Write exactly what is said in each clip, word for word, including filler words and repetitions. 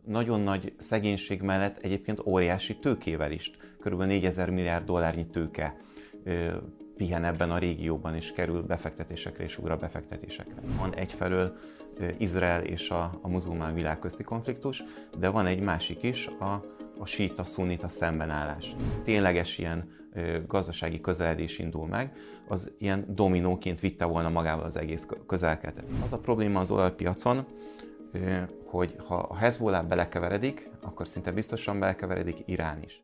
nagyon nagy szegénység mellett egyébként óriási tőkével is. Körülbelül négyezer milliárd dollárnyi tőke pihen ebben a régióban, és kerül befektetésekre és újra befektetésekre. Van egyfelől Izrael és a, a muzulmán világ közti konfliktus, de van egy másik is, a, a síita-szunnita szembenállás. Tényleges ilyen ö, gazdasági közeledés indul meg, az ilyen dominóként vitte volna magával az egész Közel-Keletet. Az a probléma az olajpiacon, ö, hogy ha a Hezbollah belekeveredik, akkor szinte biztosan belekeveredik Irán is.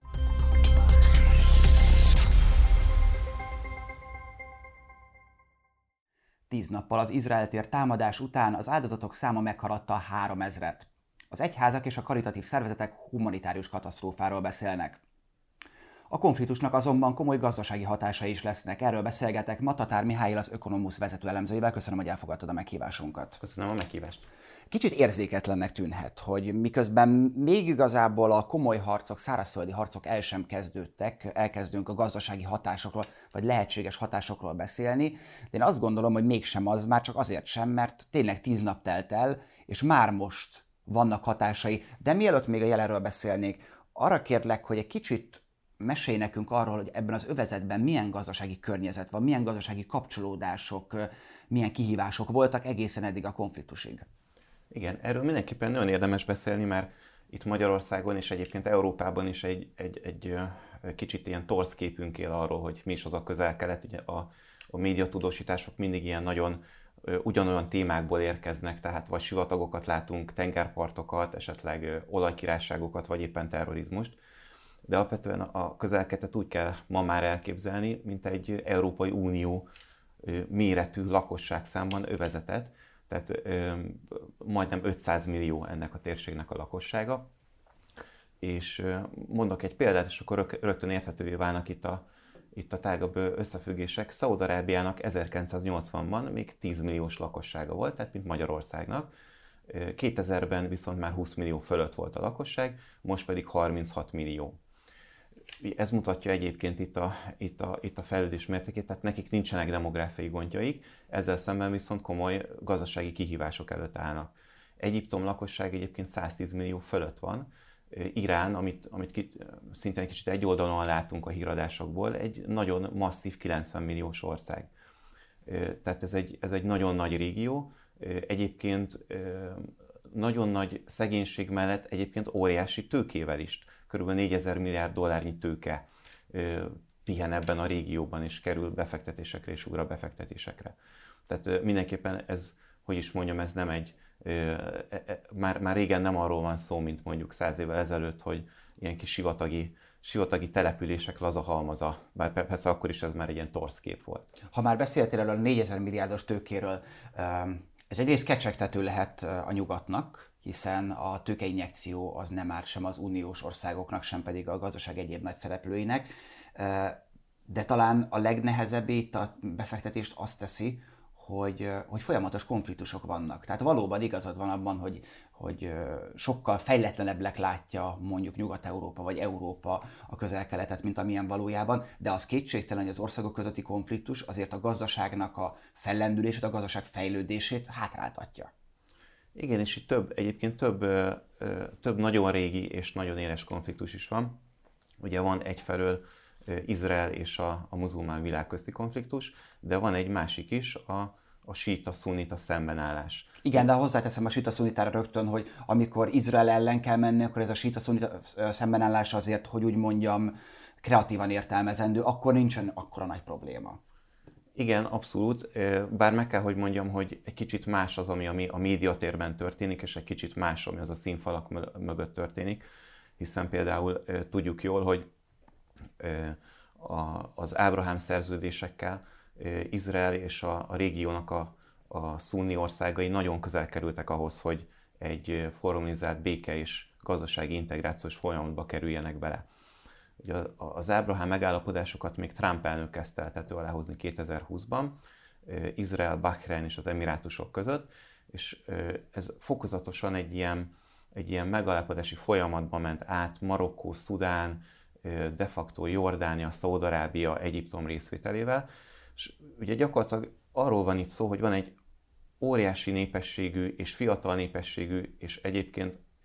Tíz nappal az Izrael tér támadás után az áldozatok száma meghaladta a háromezret. Az egyházak és a karitatív szervezetek humanitárius katasztrófáról beszélnek. A konfliktusnak azonban komoly gazdasági hatásai is lesznek. Erről beszélgetek ma Tatár Mihályl, az Ökonomusz vezető elemzőjével. Köszönöm, hogy elfogadtad a meghívásunkat. Köszönöm a meghívást. Kicsit érzéketlennek tűnhet, hogy miközben még igazából a komoly harcok, szárazföldi harcok el sem kezdődtek, elkezdünk a gazdasági hatásokról, vagy lehetséges hatásokról beszélni, de én azt gondolom, hogy mégsem az, már csak azért sem, mert tényleg tíz nap telt el, és már most vannak hatásai. De mielőtt még a jelenről beszélnék, arra kérlek, hogy egy kicsit mesélj nekünk arról, hogy ebben az övezetben milyen gazdasági környezet van, milyen gazdasági kapcsolódások, milyen kihívások voltak egészen eddig a konfliktusig. Igen, erről mindenképpen nagyon érdemes beszélni, mert itt Magyarországon és egyébként Európában is egy, egy, egy kicsit ilyen torz képünk él arról, hogy mi is az a Közel-Kelet. Ugye a, a médiatudósítások mindig ilyen nagyon ugyanolyan témákból érkeznek, tehát vagy sivatagokat látunk, tengerpartokat, esetleg olajkirályságokat, vagy éppen terrorizmust. De alapvetően a Közel-Keletet úgy kell ma már elképzelni, mint egy Európai Unió méretű lakosságszámban övezetet, tehát ö, majdnem ötszáz millió ennek a térségnek a lakossága. És ö, mondok egy példát, és akkor rög, rögtön érthetővé válnak itt a, itt a tágabb összefüggések. Szaúd-Arábiának ezerkilencszáznyolcvanban még tíz milliós lakossága volt, tehát mint Magyarországnak. kétezerben viszont már húsz millió fölött volt a lakosság, most pedig harminchat millió. Ez mutatja egyébként itt a, itt, a, itt a fejlődés mértékét, tehát nekik nincsenek demográfiai gondjaik, ezzel szemben viszont komoly gazdasági kihívások előtt állnak. Egyiptom lakosság egyébként száztíz millió fölött van, Irán, amit, amit ki, szintén egy kicsit egy oldalon látunk a híradásokból, egy nagyon masszív kilencven milliós ország. Tehát ez egy, ez egy nagyon nagy régió, egyébként nagyon nagy szegénység mellett egyébként óriási tőkével is. Körülbelül négyezer milliárd dollárnyi tőke pihen ebben a régióban, és kerül befektetésekre és újra befektetésekre. Tehát mindenképpen ez, hogy is mondjam, ez nem egy, már, már régen nem arról van szó, mint mondjuk száz évvel ezelőtt, hogy ilyen kis sivatagi, sivatagi települések laza halmaza, bár persze akkor is ez már egy ilyen torz kép volt. Ha már beszéltél erről a négyezer milliárdos tőkéről, ez egyrészt kecsegtető lehet a nyugatnak, hiszen a tőkeinjekció az nem árt sem az uniós országoknak, sem pedig a gazdaság egyéb nagy szereplőinek, de talán a legnehezebb itt a befektetést azt teszi, hogy, hogy folyamatos konfliktusok vannak. Tehát valóban igazad van abban, hogy, hogy sokkal fejletlenebbnek látja mondjuk Nyugat-Európa vagy Európa a Közel-Keletet, mint amilyen valójában, de az kétségtelen, hogy az országok közötti konfliktus azért a gazdaságnak a fellendülését, a gazdaság fejlődését hátráltatja. Igen, és itt több, egyébként több, több nagyon régi és nagyon éles konfliktus is van. Ugye van egyfelől Izrael és a, a muzulmán világ közti konfliktus, de van egy másik is, a, a síita-szunnita szembenállás. Igen, de hozzáteszem a síita-szunnitára rögtön, hogy amikor Izrael ellen kell menni, akkor ez a síita-szunnita szembenállás azért, hogy úgy mondjam, kreatívan értelmezendő, akkor nincsen akkora nagy probléma. Igen, abszolút, bár meg kell, hogy mondjam, hogy egy kicsit más az, ami a médiatérben történik, és egy kicsit más, ami az a színfalak mögött történik, hiszen például tudjuk jól, hogy az Ábrahám szerződésekkel Izrael és a, a régiónak a, a szunni országai nagyon közel kerültek ahhoz, hogy egy formalizált béke és gazdasági integrációs folyamatba kerüljenek bele. Ugye az Ábrahám megállapodásokat még Trump elnök kezdte el tető alá hozni kétezer-húszban, Izrael, Bahrein és az Emirátusok között, és ez fokozatosan egy ilyen, egy ilyen megállapodási folyamatba ment át Marokkó, Szudán, de facto Jordánia, Szaúd-Arábia, Egyiptom részvételével, és ugye gyakorlatilag arról van itt szó, hogy van egy óriási népességű és fiatal népességű, és egyébként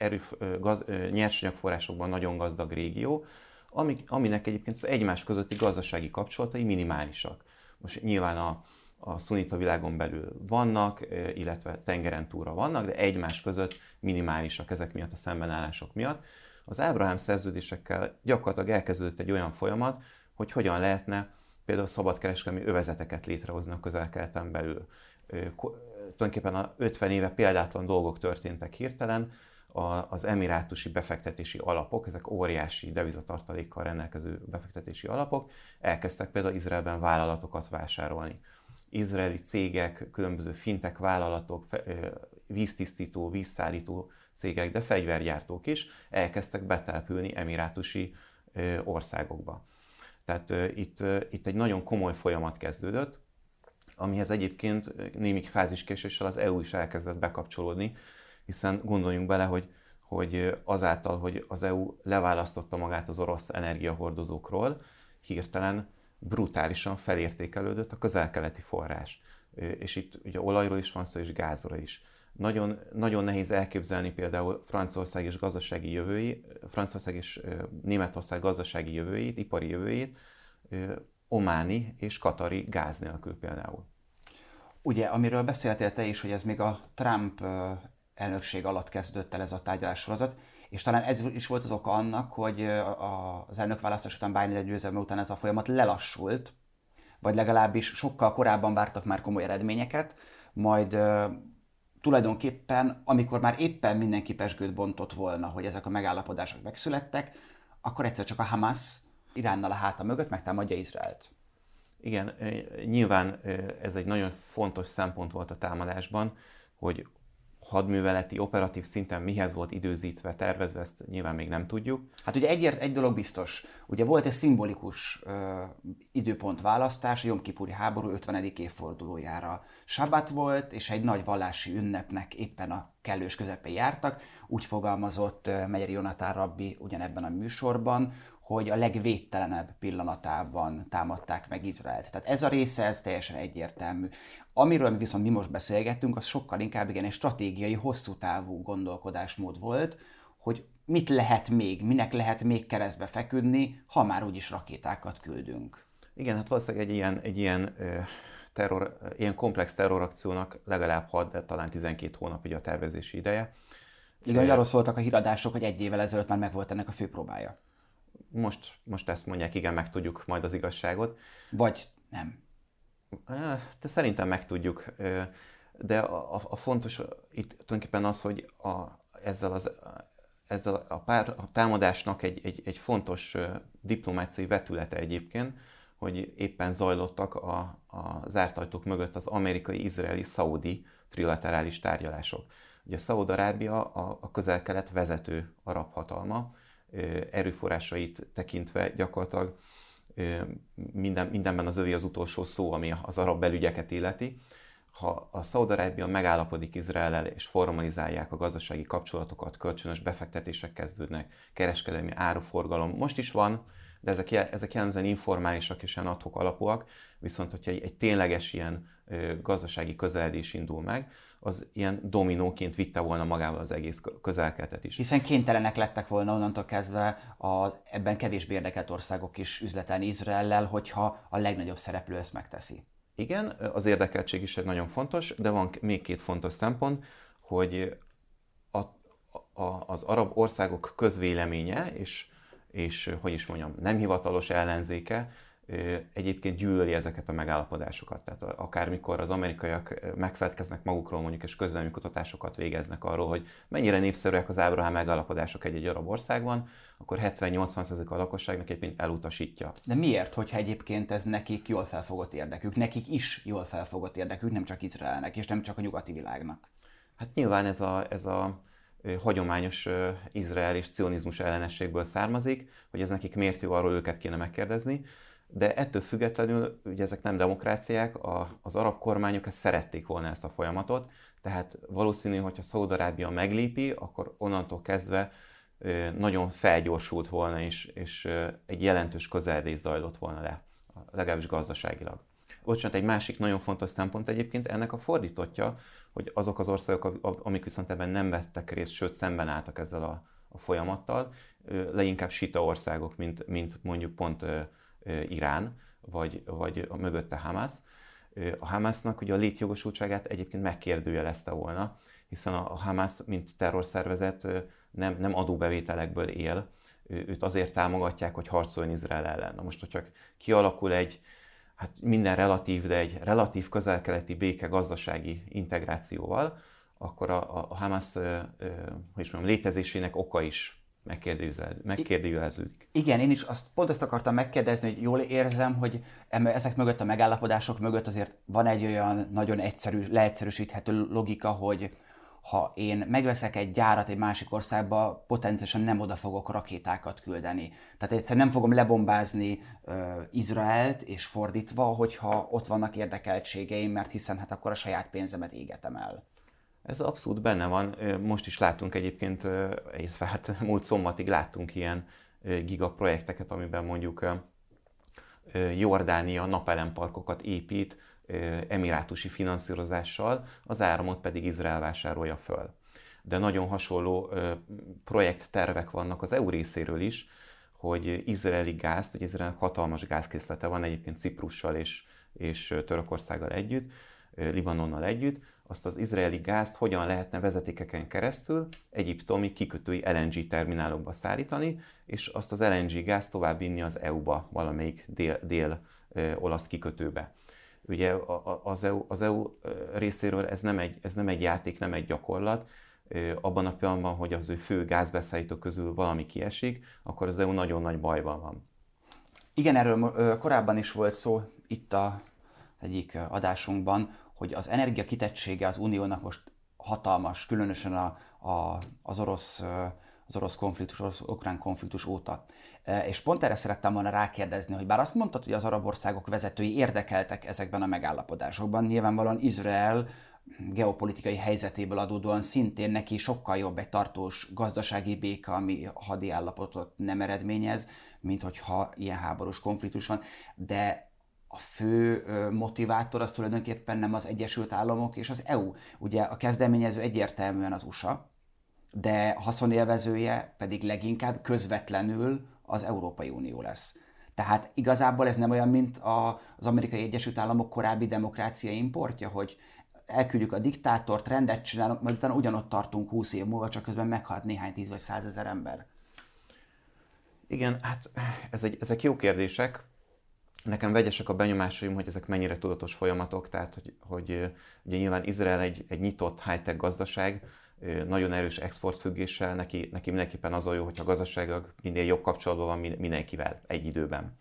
erő, gaz, nyersanyagforrásokban nagyon gazdag régió, aminek egyébként az egymás közötti gazdasági kapcsolatai minimálisak. Most nyilván a, a szunita világon belül vannak, illetve tengeren túlra vannak, de egymás között minimálisak ezek miatt a szembenállások miatt. Az Ábrahám szerződésekkel gyakorlatilag elkezdődött egy olyan folyamat, hogy hogyan lehetne például szabadkereskedelmi övezeteket létrehozni a Közel-Keleten belül. Tulajdonképpen a ötven éve példátlan dolgok történtek hirtelen, az emirátusi befektetési alapok, ezek óriási devizatartalékkal rendelkező befektetési alapok, elkezdtek például Izraelben vállalatokat vásárolni. Izraeli cégek, különböző fintech vállalatok, víztisztító, vízszállító cégek, de fegyvergyártók is elkezdtek betelepülni emirátusi országokba. Tehát itt, itt egy nagyon komoly folyamat kezdődött, amihez egyébként némi fáziskéséssel az é u is elkezdett bekapcsolódni, hiszen gondoljunk bele, hogy, hogy azáltal, hogy az é u leválasztotta magát az orosz energiahordozókról, hirtelen brutálisan felértékelődött a közel-keleti forrás. És itt ugye olajról is van szó, és gázról is. Nagyon, nagyon nehéz elképzelni például Franciaország és gazdasági jövői, Franciaország és Németország gazdasági jövőjét, ipari jövőjét, ománi és katari gáz nélkül például. Ugye, amiről beszéltél te is, hogy ez még a Trump elnökség alatt kezdődött el ez a tárgyalássorozat, és talán ez is volt az oka annak, hogy az elnökválasztás után, Biden győzelme után ez a folyamat lelassult, vagy legalábbis sokkal korábban vártak már komoly eredményeket, majd tulajdonképpen, amikor már éppen mindenki pezsgőt bontott volna, hogy ezek a megállapodások megszülettek, akkor egyszer csak a Hamas Iránnal a háta mögött megtámadja Izraelt. Igen, nyilván ez egy nagyon fontos szempont volt a támadásban, hogy hadműveleti, operatív szinten mihez volt időzítve, tervezve, ezt nyilván még nem tudjuk. Hát ugye egy, egy dolog biztos, ugye volt egy szimbolikus uh, időpontválasztás a Jom Kipuri háború ötvenedik évfordulójára. Sabbat volt, és egy nagy vallási ünnepnek éppen a kellős közepén jártak. Úgy fogalmazott uh, Megyeri Jonatán rabbi ugyanebben a műsorban, hogy a legvédtelenebb pillanatában támadták meg Izraelt. Tehát ez a része, ez teljesen egyértelmű. Amiről viszont mi most beszélgettünk, az sokkal inkább igen egy stratégiai, hosszú távú gondolkodásmód volt, hogy mit lehet még, minek lehet még keresztbe feküdni, ha már úgyis rakétákat küldünk. Igen, hát valószínűleg egy ilyen, egy ilyen, terror, ilyen komplex terrorakciónak legalább hat, de talán tizenkét hónap ugye a tervezési ideje. Igen, hogy arról szóltak a híradások, hogy egy évvel ezelőtt már megvolt ennek a főpróbája. Most, most ezt mondják, igen, megtudjuk majd az igazságot. Vagy nem. De szerintem megtudjuk. De a, a, a fontos itt tulajdonképpen az, hogy a, ezzel, az, ezzel a, pár, a támadásnak egy, egy, egy fontos diplomáciai vetülete egyébként, hogy éppen zajlottak a, a zárt ajtók mögött az amerikai, izraeli, szaudi trilaterális tárgyalások. Ugye Szaúd-Arábia a, a közel-kelet vezető arab hatalma, erőforrásait tekintve gyakorlatilag minden, mindenben az övé az utolsó szó, ami az arab belügyeket illeti. Ha a Szaúd-Arábia megállapodik Izraellel és formalizálják a gazdasági kapcsolatokat, kölcsönös befektetések kezdődnek, kereskedelmi áruforgalom most is van, de ezek, ezek jellemzően informálisak és ilyen ad-hoc alapúak, viszont hogyha egy, egy tényleges ilyen ö, gazdasági közeledés indul meg, az ilyen dominóként vitte volna magával az egész közel-keletet is. Hiszen kénytelenek lettek volna onnantól kezdve az ebben kevésbé érdekelt országok is üzletelni Izraellel, hogyha a legnagyobb szereplő ezt megteszi. Igen, az érdekeltség is egy nagyon fontos, de van még két fontos szempont, hogy a, a, az arab országok közvéleménye és, és, hogy is mondjam, nem hivatalos ellenzéke egyébként gyűlöli ezeket a megállapodásokat. Tehát akármikor az amerikaiak megfeledkeznek magukról mondjuk, és közvélemény kutatásokat végeznek arról, hogy mennyire népszerűek az Ábrahám megállapodások egy-egy arab országban, akkor hetven-nyolcvan százalék a lakosságnak egyébként elutasítja. De miért, hogyha egyébként ez nekik jól felfogott érdekük? Nekik is jól felfogott érdekük, nem csak Izraelnek, és nem csak a nyugati világnak. Hát nyilván ez a, ez a hagyományos izrael és cionizmus ellenességből származik, hogy ez nekik miért jó, arról őket kéne megkérdezni. De ettől függetlenül, ugye ezek nem demokráciák, a, az arab kormányok ezt szerették volna ezt a folyamatot, tehát valószínű, hogyha Szaúd-Arábia meglépi, akkor onnantól kezdve nagyon felgyorsult volna, és, és egy jelentős közeledés zajlott volna le, legalábbis gazdaságilag. Bocsánat, egy másik nagyon fontos szempont egyébként ennek a fordítottja, hogy azok az országok, amik viszont ebben nem vettek részt, sőt szemben álltak ezzel a, a folyamattal, leginkább sita országok, mint, mint mondjuk pont Irán, vagy, vagy a mögötte Hamas. A Hamasnak ugye a létjogosultságát egyébként megkérdőjelezte volna, hiszen a Hamas, mint terrorszervezet nem, nem adóbevételekből él, őt azért támogatják, hogy harcoljon Izrael ellen. Na most, hogyha kialakul egy, hát minden relatív, de egy relatív közel-keleti béke gazdasági integrációval, akkor a, a Hamas, hogy is mondjam, létezésének oka is megkérdőjeleződik. Igen, én is azt, pont ezt akartam megkérdezni, hogy jól érzem, hogy ezek mögött a megállapodások mögött azért van egy olyan nagyon egyszerű, leegyszerűsíthető logika, hogy ha én megveszek egy gyárat egy másik országba, potenciálisan nem oda fogok rakétákat küldeni. Tehát egyszer nem fogom lebombázni uh, Izraelt, és fordítva, hogyha ott vannak érdekeltségeim, mert hiszen hát akkor a saját pénzemet égetem el. Ez abszolút benne van. Most is láttunk egyébként, illetve hát múlt szombatig láttunk ilyen gigaprojekteket, amiben mondjuk Jordánia napelemparkokat épít emirátusi finanszírozással, az áramot pedig Izrael vásárolja föl. De nagyon hasonló projekttervek vannak az é u részéről is, hogy izraeli gázt, hogy Izraelnek hatalmas gázkészlete van egyébként Ciprussal és, és Törökországgal együtt, Libanonnal együtt, azt az izraeli gázt hogyan lehetne vezetékeken keresztül egyiptomi kikötői el en gé terminálokba szállítani, és azt az el en gé gázt tovább vinni az é u-ba, valamelyik dél-olasz kikötőbe. Ugye az é u, az é u részéről ez nem, egy, ez nem egy játék, nem egy gyakorlat. Abban a pillanatban, hogy az ő fő gázbeszállító közül valami kiesik, akkor az é u nagyon nagy bajban van. Igen, erről korábban is volt szó itt az egyik adásunkban, hogy az energia kitettsége az Uniónak most hatalmas, különösen a, a, az orosz, az orosz konfliktus, az ukrán konfliktus óta. És pont erre szerettem volna rákérdezni, hogy bár azt mondtad, hogy az arab országok vezetői érdekeltek ezekben a megállapodásokban, nyilvánvalóan Izrael geopolitikai helyzetéből adódóan szintén neki sokkal jobb egy tartós gazdasági béke, ami hadi állapotot nem eredményez, mint hogyha ilyen háborús konfliktus van, de a fő motivátor az tulajdonképpen nem az Egyesült Államok és az é u. Ugye a kezdeményező egyértelműen az u es á, de haszonélvezője pedig leginkább közvetlenül az Európai Unió lesz. Tehát igazából ez nem olyan, mint az Amerikai Egyesült Államok korábbi demokrácia importja, hogy elküldjük a diktátort, rendet csinálunk, majd utána ugyanott tartunk húsz év múlva, csak közben meghalt néhány tíz vagy százezer ember. Igen, hát ez egy, ezek jó kérdések. Nekem vegyesek a benyomásaim, hogy ezek mennyire tudatos folyamatok, tehát hogy, hogy ugye nyilván Izrael egy, egy nyitott high-tech gazdaság, nagyon erős exportfüggéssel, neki, neki mindenképpen az a jó, hogyha a gazdaságok minél jobb kapcsolatban van mindenkivel egy időben.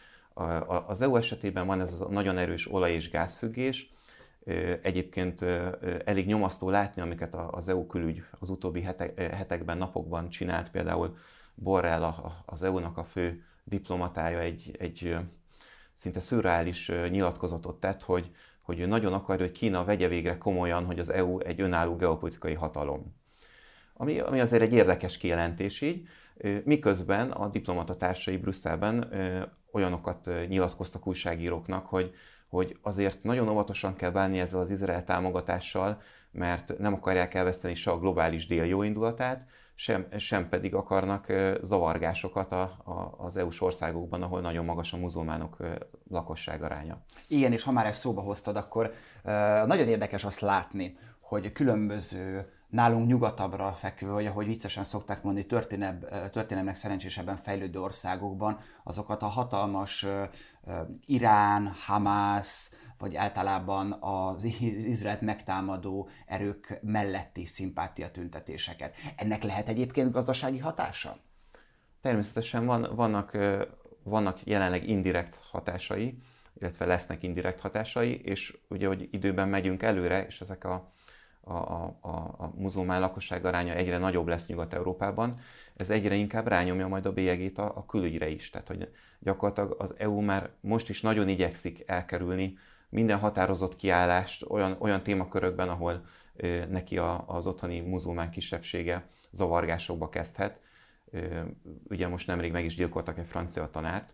Az é u esetében van ez a nagyon erős olaj- és gázfüggés. Egyébként elég nyomasztó látni, amiket az é u külügy az utóbbi hetekben, napokban csinált. Például Borrell, az é u-nak a fő diplomatája egy, egy szinte szürreális nyilatkozatot tett, hogy, hogy ő nagyon akarja, hogy Kína vegye végre komolyan, hogy az é u egy önálló geopolitikai hatalom. Ami, ami azért egy érdekes kijelentés így, miközben a diplomata társai Brüsszelben olyanokat nyilatkoztak újságíróknak, hogy, hogy azért nagyon óvatosan kell bánni ezzel az Izrael támogatással, mert nem akarják elveszteni se a globális dél jó indulatát, sem, sem pedig akarnak zavargásokat a, a, az é u-s országokban, ahol nagyon magas a muzulmánok lakosság aránya. Igen, és ha már ezt szóba hoztad, akkor uh, nagyon érdekes azt látni, hogy különböző nálunk nyugatabbra fekvő, vagy ahogy viccesen szokták mondani, történelmnek szerencsésebben fejlődő országokban azokat a hatalmas uh, uh, Irán, Hamász, vagy általában az Izraelt megtámadó erők melletti szimpátiatüntetéseket. Ennek lehet egyébként gazdasági hatása? Természetesen van, vannak, vannak jelenleg indirekt hatásai, illetve lesznek indirekt hatásai, és ugye, hogy időben megyünk előre, és ezek a, a, a, a muzulmán lakosság aránya egyre nagyobb lesz Nyugat-Európában, ez egyre inkább rányomja majd a bélyegét a, a külügyre is. Tehát, hogy gyakorlatilag az é u már most is nagyon igyekszik elkerülni minden határozott kiállást olyan, olyan témakörökben, ahol ö, neki a, az otthoni muzulmán kisebbsége zavargásokba kezdhet. Ö, ugye most nemrég meg is gyilkoltak egy francia tanárt,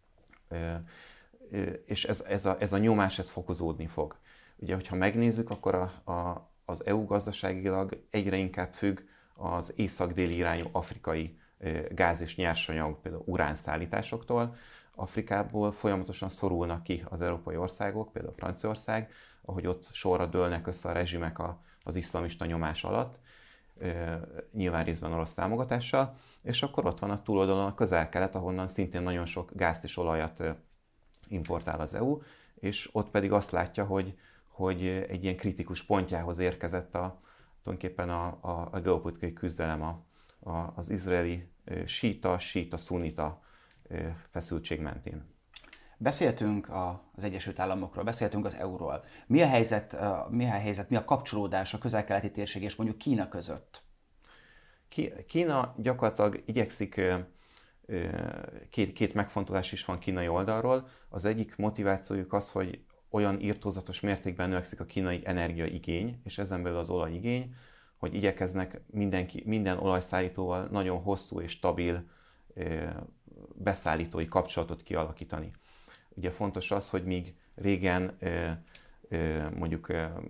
ö, ö, és ez, ez, a, ez a nyomás ez fokozódni fog. Ugye, hogyha megnézzük, akkor a, a, az é u gazdaságilag egyre inkább függ az észak-déli irányú afrikai gáz és nyersanyag, például uránszállításoktól. Afrikából folyamatosan szorulnak ki az európai országok, például Franciaország, ahogy ott sorra dőlnek össze a rezsimek az iszlamista nyomás alatt, nyilván részben orosz támogatással, és akkor ott van a túloldalon a Közel-Kelet, ahonnan szintén nagyon sok gázt és olajat importál az é u, és ott pedig azt látja, hogy, hogy egy ilyen kritikus pontjához érkezett a, tulajdonképpen a, a, a geopolitikai küzdelem a, a, az izraeli síta, síta-szunita feszültség mentén. Beszéltünk az Egyesült Államokról, beszéltünk az é u-ról. Mi a helyzet, mi a helyzet, mi a kapcsolódás a közel-keleti térség és mondjuk Kína között? Kína gyakorlatilag igyekszik, két, két megfontolás is van kínai oldalról. Az egyik motivációjuk az, hogy olyan irtózatos mértékben növekszik a kínai energiaigény, és ezen belül az olajigény, hogy igyekeznek mindenki, minden olajszállítóval nagyon hosszú és stabil beszállítói kapcsolatot kialakítani. Ugye fontos az, hogy míg régen mondjuk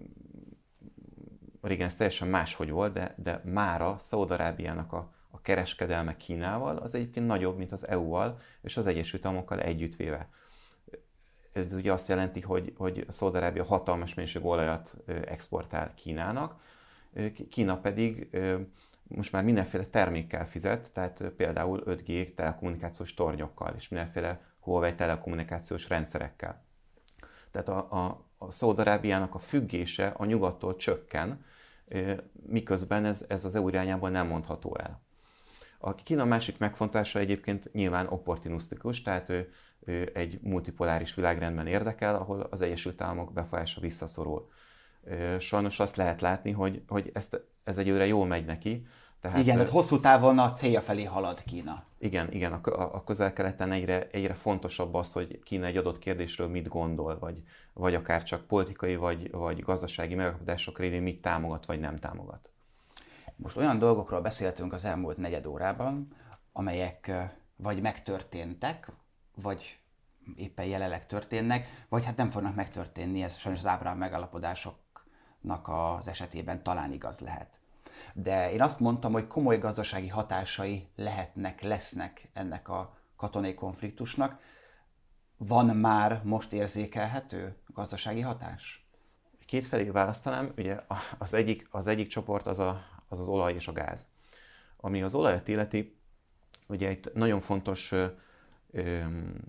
régen ez teljesen máshogy volt, de, de mára Szaúd-Arábiának a, a kereskedelme Kínával az egyébként nagyobb, mint az é u-val és az Egyesült Államokkal együttvéve. Ez ugye azt jelenti, hogy, hogy Szaúd-Arábia hatalmas mennyiségű olajat exportál Kínának, Kína pedig most már mindenféle termékkel fizet, tehát például öt G telekommunikációs tornyokkal és mindenféle Huawei telekommunikációs rendszerekkel. Tehát a, a, a Szaúd-Arábiának a függése a nyugattól csökken, miközben ez, ez az é u irányából nem mondható el. A Kína másik megfontolása egyébként nyilván opportunisztikus, tehát ő, ő egy multipoláris világrendben érdekel, ahol az Egyesült Államok befolyása visszaszorul. Sajnos azt lehet látni, hogy, hogy ezt, ez egyőre jól megy neki. Tehát, igen, hogy hosszú távon a célja felé halad Kína. Igen, igen, a, a közel-keleten egyre, egyre fontosabb az, hogy Kína egy adott kérdésről mit gondol, vagy, vagy akár csak politikai, vagy, vagy gazdasági megállapodások révén mit támogat, vagy nem támogat. Most olyan dolgokról beszéltünk az elmúlt negyed órában, amelyek vagy megtörténtek, vagy éppen jelenleg történnek, vagy hát nem fognak megtörténni, ez sajnos az Ábrahám megállapodásoknak az esetében talán igaz lehet. De én azt mondtam, hogy komoly gazdasági hatásai lehetnek, lesznek ennek a katonai konfliktusnak. Van már most érzékelhető gazdasági hatás? Kétfelé választanám, ugye az egyik, az egyik csoport az, a, az az olaj és a gáz. Ami az olajat illeti, ugye itt nagyon fontos ö, ö,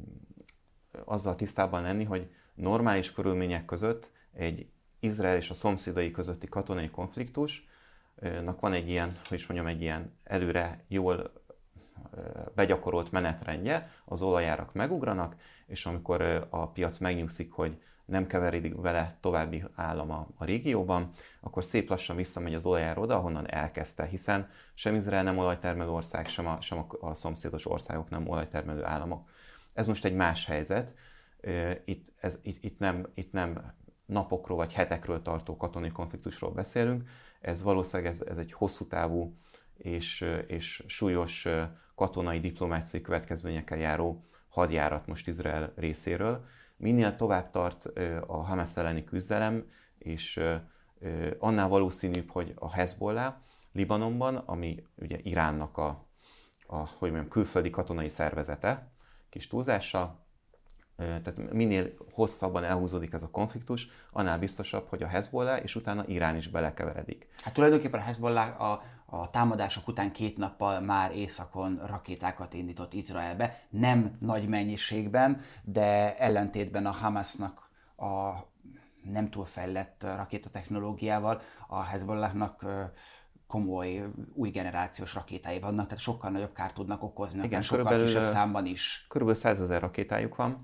azzal tisztában lenni, hogy normális körülmények között egy Izrael és a szomszédai közötti katonai konfliktusnak van egy ilyen, hogy is mondjam, egy ilyen előre jól begyakorolt menetrendje, az olajárak megugranak, és amikor a piac megnyugszik, hogy nem keveredik vele további állam a, a régióban, akkor szép lassan visszamegy az olajára oda, ahonnan elkezdte, hiszen sem Izrael nem olajtermelő ország, sem a, sem a, a szomszédos országok nem olajtermelő államok. Ez most egy más helyzet. Itt, ez, itt, itt, nem, itt nem napokról vagy hetekről tartó katonai konfliktusról beszélünk, ez valószínűleg ez, ez egy hosszú távú és, és súlyos katonai diplomáciai következményekkel járó hadjárat most Izrael részéről. Minél tovább tart a Hamász elleni küzdelem, és annál valószínűbb, hogy a Hezbollah Libanonban, ami ugye Iránnak a, a hogy mondjam, külföldi katonai szervezete, kis túlzással, tehát minél hosszabban elhúzódik ez a konfliktus, annál biztosabb, hogy a Hezbollah és utána Irán is belekeveredik. Hát tulajdonképpen a Hezbollah a, a támadások után két nappal már északon rakétákat indított Izraelbe, nem nagy mennyiségben, de ellentétben a Hamásznak a nem túl fejlett rakétatechnológiával, a Hezbollahnak komoly új generációs rakétái vannak, tehát sokkal nagyobb kárt tudnak okozni, igen, sokkal kisebb számban is. Körülbelül százezer rakétájuk van.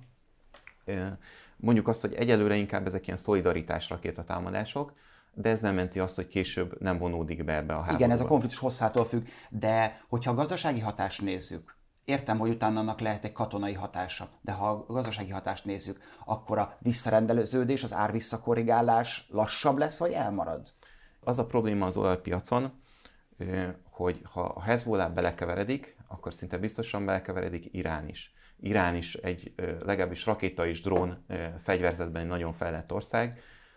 Mondjuk azt, hogy egyelőre inkább ezek ilyen szolidaritás rakétatámadások, de ez nem menti azt, hogy később nem vonódik be ebbe a háborúba. Igen, ez a konfliktus hosszától függ, de hogyha a gazdasági hatást nézzük, értem, hogy utána annak lehet egy katonai hatása, de ha a gazdasági hatást nézzük, akkor a visszarendelőződés, az ár visszakorrigálás lassabb lesz, vagy elmarad? Az a probléma az olajpiacon, hogy ha a Hezbollah belekeveredik, akkor szinte biztosan belekeveredik Irán is. Irán is egy legalábbis rakéta és drón fegyverzetben egy nagyon fejlett ország.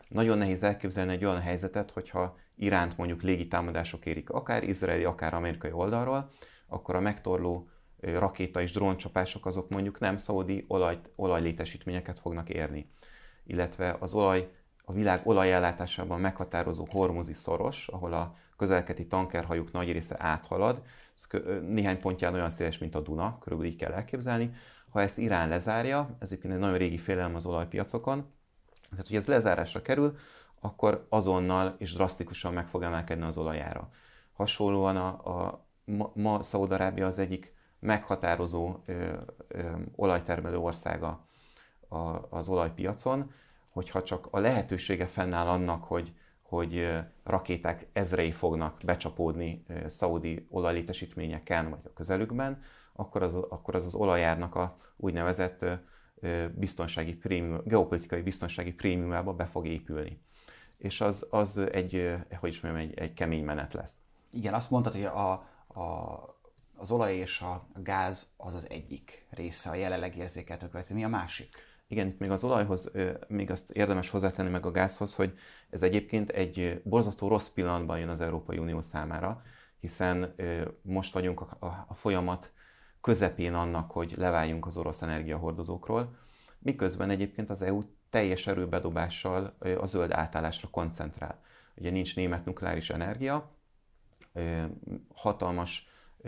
nagyon nehéz elképzelni egy olyan helyzetet, hogyha Iránt mondjuk légitámadások érik, akár izraeli, akár amerikai oldalról, akkor a megtorló rakéta és dróncsapások azok mondjuk nem szaudi olaj, olajlétesítményeket fognak érni. Illetve az olaj, a világ olajellátásában meghatározó hormuzi szoros, ahol a közelkeleti tankerhajók nagy része áthalad, néhány pontján olyan széles, mint a Duna, körülbelül így kell elképzelni. Ha ezt Irán lezárja, ez egy nagyon régi félelem az olajpiacokon, tehát hogy ez lezárásra kerül, akkor azonnal és drasztikusan meg fog emelkedni az olajára. Hasonlóan a, a ma, ma Szaúd-Arábia az egyik meghatározó ö, ö, olajtermelő országa a, az olajpiacon, hogyha csak a lehetősége fennáll annak, hogy, hogy rakéták ezrei fognak becsapódni szaudi olajlétesítményeken vagy a közelükben, akkor az akkor az, az olajárnak a úgynevezett biztonsági prémium, geopolitikai biztonsági prémiumába be fog épülni. És az, az egy, hogy is mondjam, egy, egy kemény menet lesz. Igen, azt mondtad, hogy a, a, az olaj és a gáz az az egyik része a jelenleg érzékelhető következő. Mi a másik? Igen, itt még az olajhoz, még azt érdemes hozzátenni meg a gázhoz, hogy ez egyébként egy borzasztó rossz pillanatban jön az Európai Unió számára, hiszen most vagyunk a, a folyamat közepén annak, hogy leváljunk az orosz energiahordozókról, miközben egyébként az é u teljes erőbedobással a zöld átállásra koncentrál. Ugye nincs német nukleáris energia, hatalmas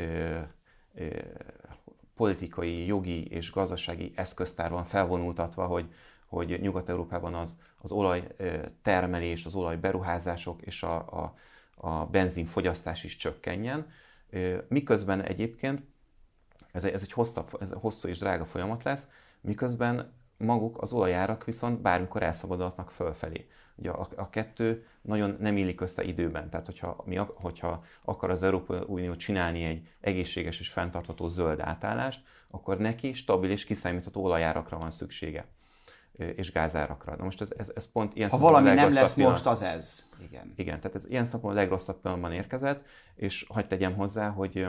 politikai, jogi és gazdasági eszköztár van felvonultatva, hogy, hogy Nyugat-Európában az, az olajtermelés, az olajberuházások és a, a, a benzinfogyasztás is csökkenjen. Miközben egyébként ez egy, ez egy hosszabb, ez hosszú és drága folyamat lesz, miközben maguk az olajárak viszont bármikor elszabadulhatnak fölfelé. Ugye a, a kettő nagyon nem illik össze időben, tehát hogyha, mi, hogyha akar az Európai Unió csinálni egy egészséges és fenntartható zöld átállást, akkor neki stabil és kiszámítható olajárakra van szüksége, és gázárakra. Na most ez, ez, ez pont ilyen Ha valami nem lesz pillanat. most, az ez. Igen. Igen, tehát ez ilyen szempontból a legrosszabb pillanatban érkezett, és hadd tegyem hozzá, hogy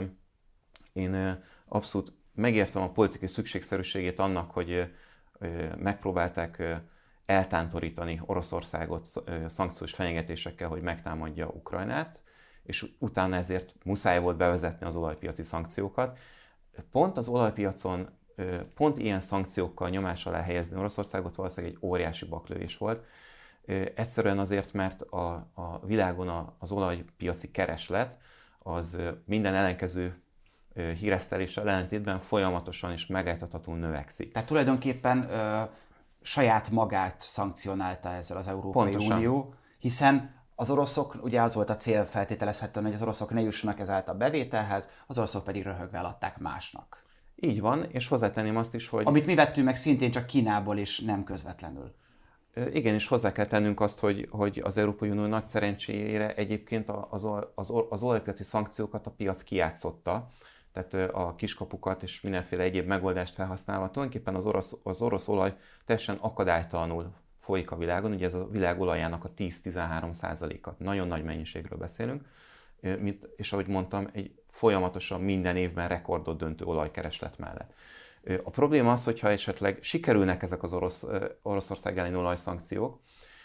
én abszolút megértem a politikai szükségszerűségét annak, hogy megpróbálták eltántorítani Oroszországot szankciós fenyegetésekkel, hogy megtámadja Ukrajnát, és utána ezért muszáj volt bevezetni az olajpiaci szankciókat. Pont az olajpiacon, pont ilyen szankciókkal nyomás alá helyezni Oroszországot valószínűleg egy óriási baklövés volt. Egyszerűen azért, mert a, a világon az olajpiaci kereslet az minden ellenkező híreszteléssel ellentétben folyamatosan és megállíthatatlanul növekszik. Tehát tulajdonképpen ö, saját magát szankcionálta ezzel az Európai Pontosan. Unió, hiszen az oroszok, ugye az volt a cél feltételezhetően, hogy az oroszok ne jussanak ezáltal a bevételhez, az oroszok pedig röhögve eladták másnak. Így van, és hozzátenném azt is, hogy... Amit mi vettünk meg szintén csak Kínából és nem közvetlenül. Igen, és hozzá kell tennünk azt, hogy, hogy az Európai Unió nagy szerencsére egyébként az, az, az olajpiaci szankciókat a piac kijátszotta, tehát a kiskapukat és mindenféle egyéb megoldást felhasználva. Tulajdonképpen az orosz, az orosz olaj teljesen akadálytalanul folyik a világon, ugye ez a világ olajának a tíz-tizenhárom százaléka. Nagyon nagy mennyiségről beszélünk, és ahogy mondtam, egy folyamatosan minden évben rekordot döntő olajkereslet mellett. A probléma az, hogyha esetleg sikerülnek ezek az orosz, Oroszország elleni olajszankciók,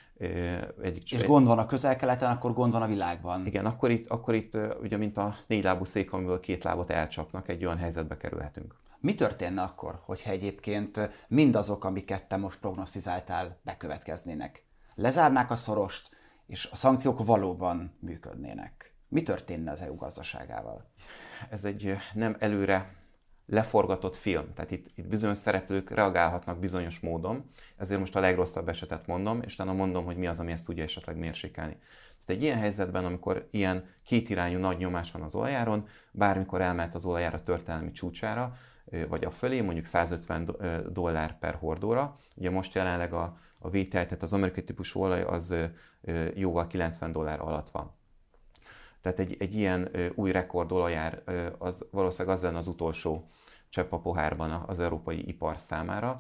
Egyik, és gond van a Közel-Keleten, akkor gond van a világban. Igen, akkor itt, akkor itt ugye, mint a négylábú szék, amiből két lábot elcsapnak, egy olyan helyzetbe kerülhetünk. Mi történne akkor, hogyha egyébként mindazok, amiket te most prognosztizáltál, bekövetkeznének? Lezárnák a szorost, és a szankciók valóban működnének. Mi történne az é u gazdaságával? Ez egy nem előre leforgatott film, tehát itt, itt bizonyos szereplők reagálhatnak bizonyos módon, ezért most a legrosszabb esetet mondom, és utána mondom, hogy mi az, ami ezt tudja esetleg mérsékelni. Tehát egy ilyen helyzetben, amikor ilyen kétirányú nagy nyomás van az olajáron, bármikor elmehet az olajár a történelmi csúcsára, vagy a fölé, mondjuk százötven dollár per hordóra. Ugye most jelenleg a, a vé té i, tehát az amerikai típusú olaj, az jóval kilencven dollár alatt van. Tehát egy, egy ilyen új rekord olajár, az valószínűleg az lenne az utolsó csepp a pohárban az európai ipar számára.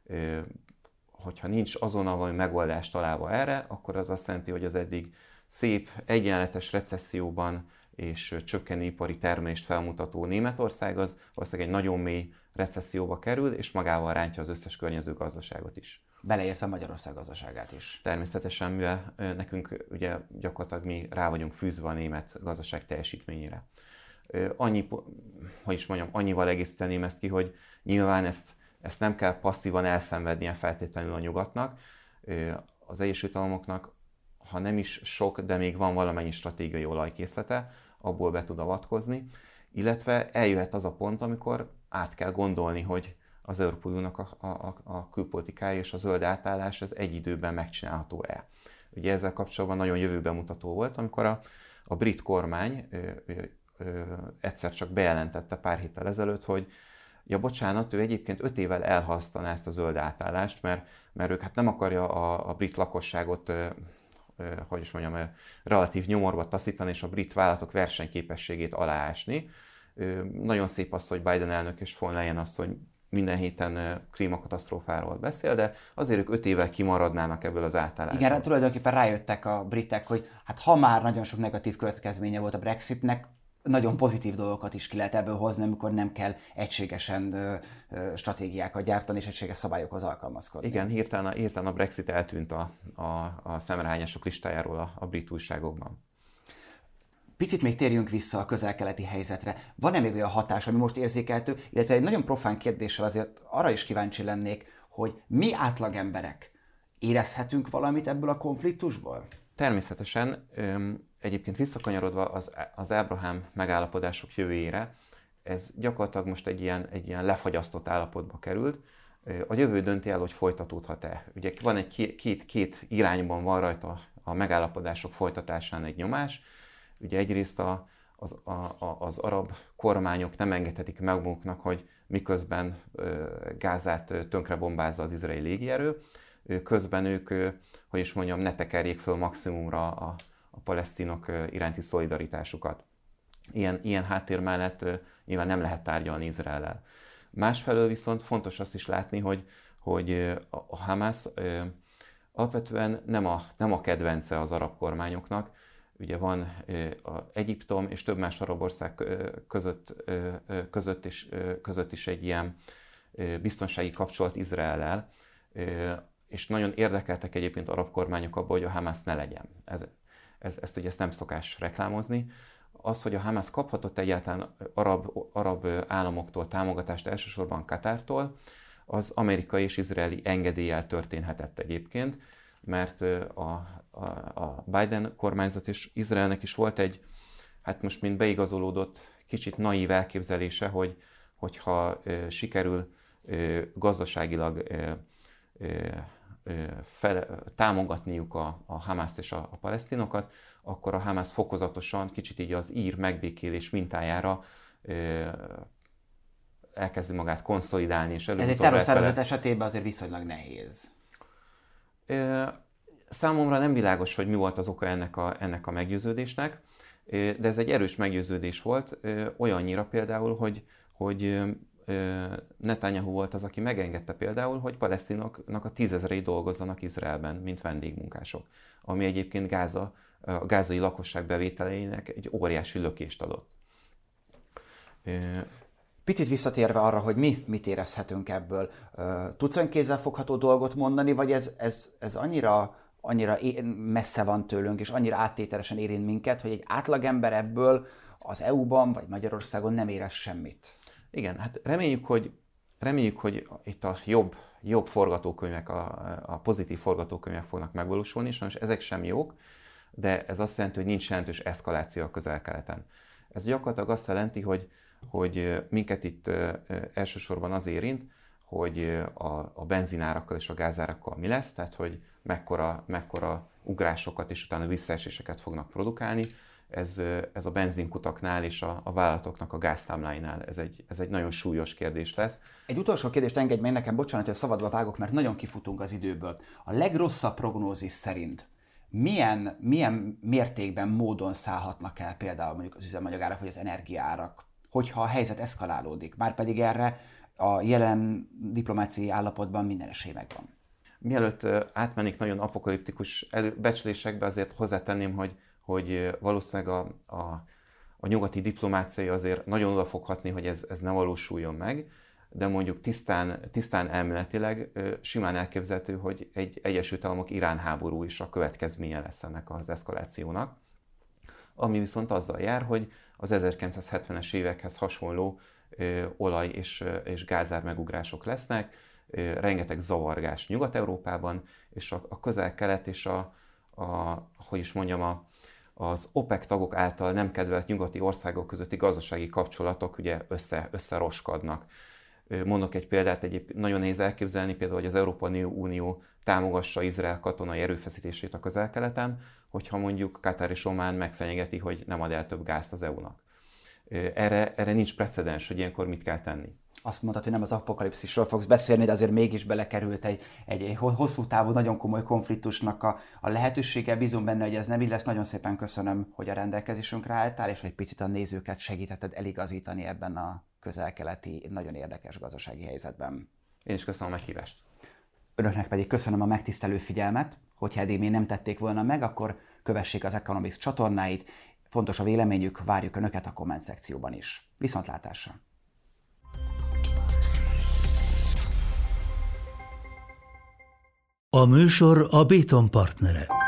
Hogyha nincs azonnal valami megoldást találva erre, akkor az azt jelenti, hogy az eddig szép, egyenletes recesszióban és csökkenő ipari termelést felmutató Németország az valószínűleg egy nagyon mély recesszióba kerül, és magával rántja az összes környező gazdaságot is. Beleértve Magyarország gazdaságát is. Természetesen, mivel nekünk ugye gyakorlatilag mi rá vagyunk fűzve a német gazdaság teljesítményére. Annyi, hogy is mondjam, annyival egészíteném ezt ki, hogy nyilván ezt, ezt nem kell passzívan elszenvednie feltétlenül a nyugatnak. Az Egyesült Államoknak, ha nem is sok, de még van valamennyi stratégiai olajkészlete, abból be tud avatkozni, illetve eljöhet az a pont, amikor át kell gondolni, hogy az Európai Uniónak a, a, a külpolitikája és a zöld átállás az egy időben megcsinálható-e. Ugye ezzel kapcsolatban nagyon jövőben mutató volt, amikor a, a brit kormány ö, ö, ö, egyszer csak bejelentette pár héttel ezelőtt, hogy ja, bocsánat, ő egyébként öt évvel elhalasztaná ezt a zöld átállást, mert, mert ők hát nem akarja a, a brit lakosságot ö, ö, hogy is mondjam, ö, relatív nyomorba taszítani, és a brit vállalatok versenyképességét aláásni. Ö, nagyon szép az, hogy Biden elnök és von Leyen azt, hogy minden héten klímakatasztrófáról beszél, de azért ők öt évvel kimaradnának ebből az átállásból. Igen, tulajdonképpen rájöttek a britek, hogy hát ha már nagyon sok negatív következménye volt a Brexitnek, nagyon pozitív dolgokat is ki lehet ebből hozni, amikor nem kell egységesen ö, ö, stratégiákat gyártani és egységes szabályokhoz alkalmazkodni. Igen, hirtelen a, hirtelen a Brexit eltűnt a, a, a szemrehányások listájáról a, a brit újságokban. Picit még térjünk vissza a közel-keleti helyzetre. Van-e még olyan hatás, ami most érzékelhető? Illetve egy nagyon profán kérdéssel azért arra is kíváncsi lennék, hogy mi átlagemberek érezhetünk valamit ebből a konfliktusból? Természetesen. Egyébként visszakanyarodva az, az Ábrahám megállapodások jövőjére, ez gyakorlatilag most egy ilyen, egy ilyen lefagyasztott állapotba került. A jövő dönti el, hogy folytatódhat-e. Ugye van egy két, két irányban van rajta a megállapodások folytatásán egy nyomás. Ugye egyrészt a, az, a, az arab kormányok nem engedhetik meg maguknak, hogy miközben Gázát tönkrebombázza az izraeli légierő, közben ők, hogy is mondjam, ne tekerjék föl maximumra a, a palesztinok iránti szolidaritásukat. Ilyen, ilyen háttér mellett nyilván nem lehet tárgyalni Izraellel. Másfelől viszont fontos azt is látni, hogy, hogy a Hamász alapvetően nem a, nem a kedvence az arab kormányoknak. Ugye van a Egyiptom és több más arab ország között, között, is, között is egy ilyen biztonsági kapcsolat Izraellel, és nagyon érdekeltek egyébként arab kormányok abban, hogy a Hamász ne legyen. Ez, ez, ezt ugye ezt nem szokás reklámozni. Az, hogy a Hamász kaphatott egyáltalán arab, arab államoktól támogatást, elsősorban Katártól, az amerikai és izraeli engedéllyel történhetett egyébként, mert a, a, a Biden kormányzat és Izraelnek is volt egy, hát most mint beigazolódott, kicsit naív elképzelése, hogy hogyha e, sikerül e, gazdaságilag e, e, Fel, támogatniuk a, a Hamászt és a, a palesztinokat, akkor a Hamász fokozatosan, kicsit így az ír megbékélés mintájára ö, elkezdi magát konszolidálni. És ez egy terrorszervezet esetében azért viszonylag nehéz. Ö, számomra nem világos, hogy mi volt az oka ennek a, ennek a meggyőződésnek, ö, de ez egy erős meggyőződés volt, ö, olyannyira például, hogy, hogy Netanyahu volt az, aki megengedte például, hogy palesztinoknak a tízezrei dolgozzanak Izraelben, mint vendégmunkások, ami egyébként Gáza, a gázai lakosság bevételeinek egy óriási lökést adott. Picit visszatérve arra, hogy mi mit érezhetünk ebből, tudsz olyan kézzelfogható dolgot mondani, vagy ez, ez, ez annyira, annyira messze van tőlünk, és annyira áttételesen érint minket, hogy egy átlagember ebből az é u-ban vagy Magyarországon nem érez semmit? Igen, hát reméljük, hogy, reméljük, hogy itt a jobb, jobb forgatókönyvek, a, a pozitív forgatókönyvek fognak megvalósulni, és ezek sem jók, de ez azt jelenti, hogy nincs jelentős eszkaláció a Közel-Keleten. Ez gyakorlatilag azt jelenti, hogy, hogy minket itt elsősorban az érint, hogy a, a benzinárakkal és a gázárakkal mi lesz, tehát hogy mekkora, mekkora ugrásokat és utána visszaeséseket fognak produkálni. Ez, ez a benzinkutaknál és a, a vállalatoknak a gázszámláinál, ez egy, ez egy nagyon súlyos kérdés lesz. Egy utolsó kérdést engedj meg nekem, bocsánat, hogy szabadba vágok, mert nagyon kifutunk az időből. A legrosszabb prognózis szerint milyen, milyen mértékben, módon szállhatnak el például mondjuk az üzemanyagárak vagy az energiaárak, hogyha a helyzet eszkalálódik? Márpedig erre a jelen diplomáciai állapotban minden esély megvan. Mielőtt átmennék nagyon apokaliptikus becslésekbe, azért hozzátenném, hogy hogy valószínűleg a, a, a nyugati diplomácia azért nagyon odafoghatni, hogy ez, ez ne valósuljon meg, de mondjuk tisztán, tisztán elméletileg simán elképzelhető, hogy egy Egyesült Államok-Irán háború is a következménye lesz ennek az eszkalációnak, ami viszont azzal jár, hogy az ezerkilencszázhetvenes évekhez hasonló ö, olaj- és, és gázár megugrások lesznek, ö, rengeteg zavargás Nyugat-Európában, és a, a közel-kelet és a, a, hogy is mondjam, a, az OPEC tagok által nem kedvelt nyugati országok közötti gazdasági kapcsolatok ugye össze, összeroskadnak. Mondok egy példát, egyébként nagyon nehéz elképzelni, például, hogy az Európai Unió támogassa Izrael katonai erőfeszítését a közel-keleten, hogyha mondjuk Katar és Omán megfenyegeti, hogy nem ad el több gázt az é u-nak. Erre, erre nincs precedens, hogy ilyenkor mit kell tenni. Azt mondtad, hogy nem az apokalipszisről fogsz beszélni, de azért mégis belekerült egy, egy, egy hosszú távú, nagyon komoly konfliktusnak a, a lehetősége. Bízom benne, hogy ez nem így lesz. Nagyon szépen köszönöm, hogy a rendelkezésünkre álltál, és hogy picit a nézőket segítetted eligazítani ebben a közel-keleti, nagyon érdekes gazdasági helyzetben. Én is köszönöm a meghívást. Önöknek pedig köszönöm a megtisztelő figyelmet. Hogyha eddig még nem tették volna meg, akkor kövessék az Economics csatornáit. Fontos a véleményük, várjuk Önöket a komment szekcióban is. Viszontlátásra! A műsor a Béton partnere.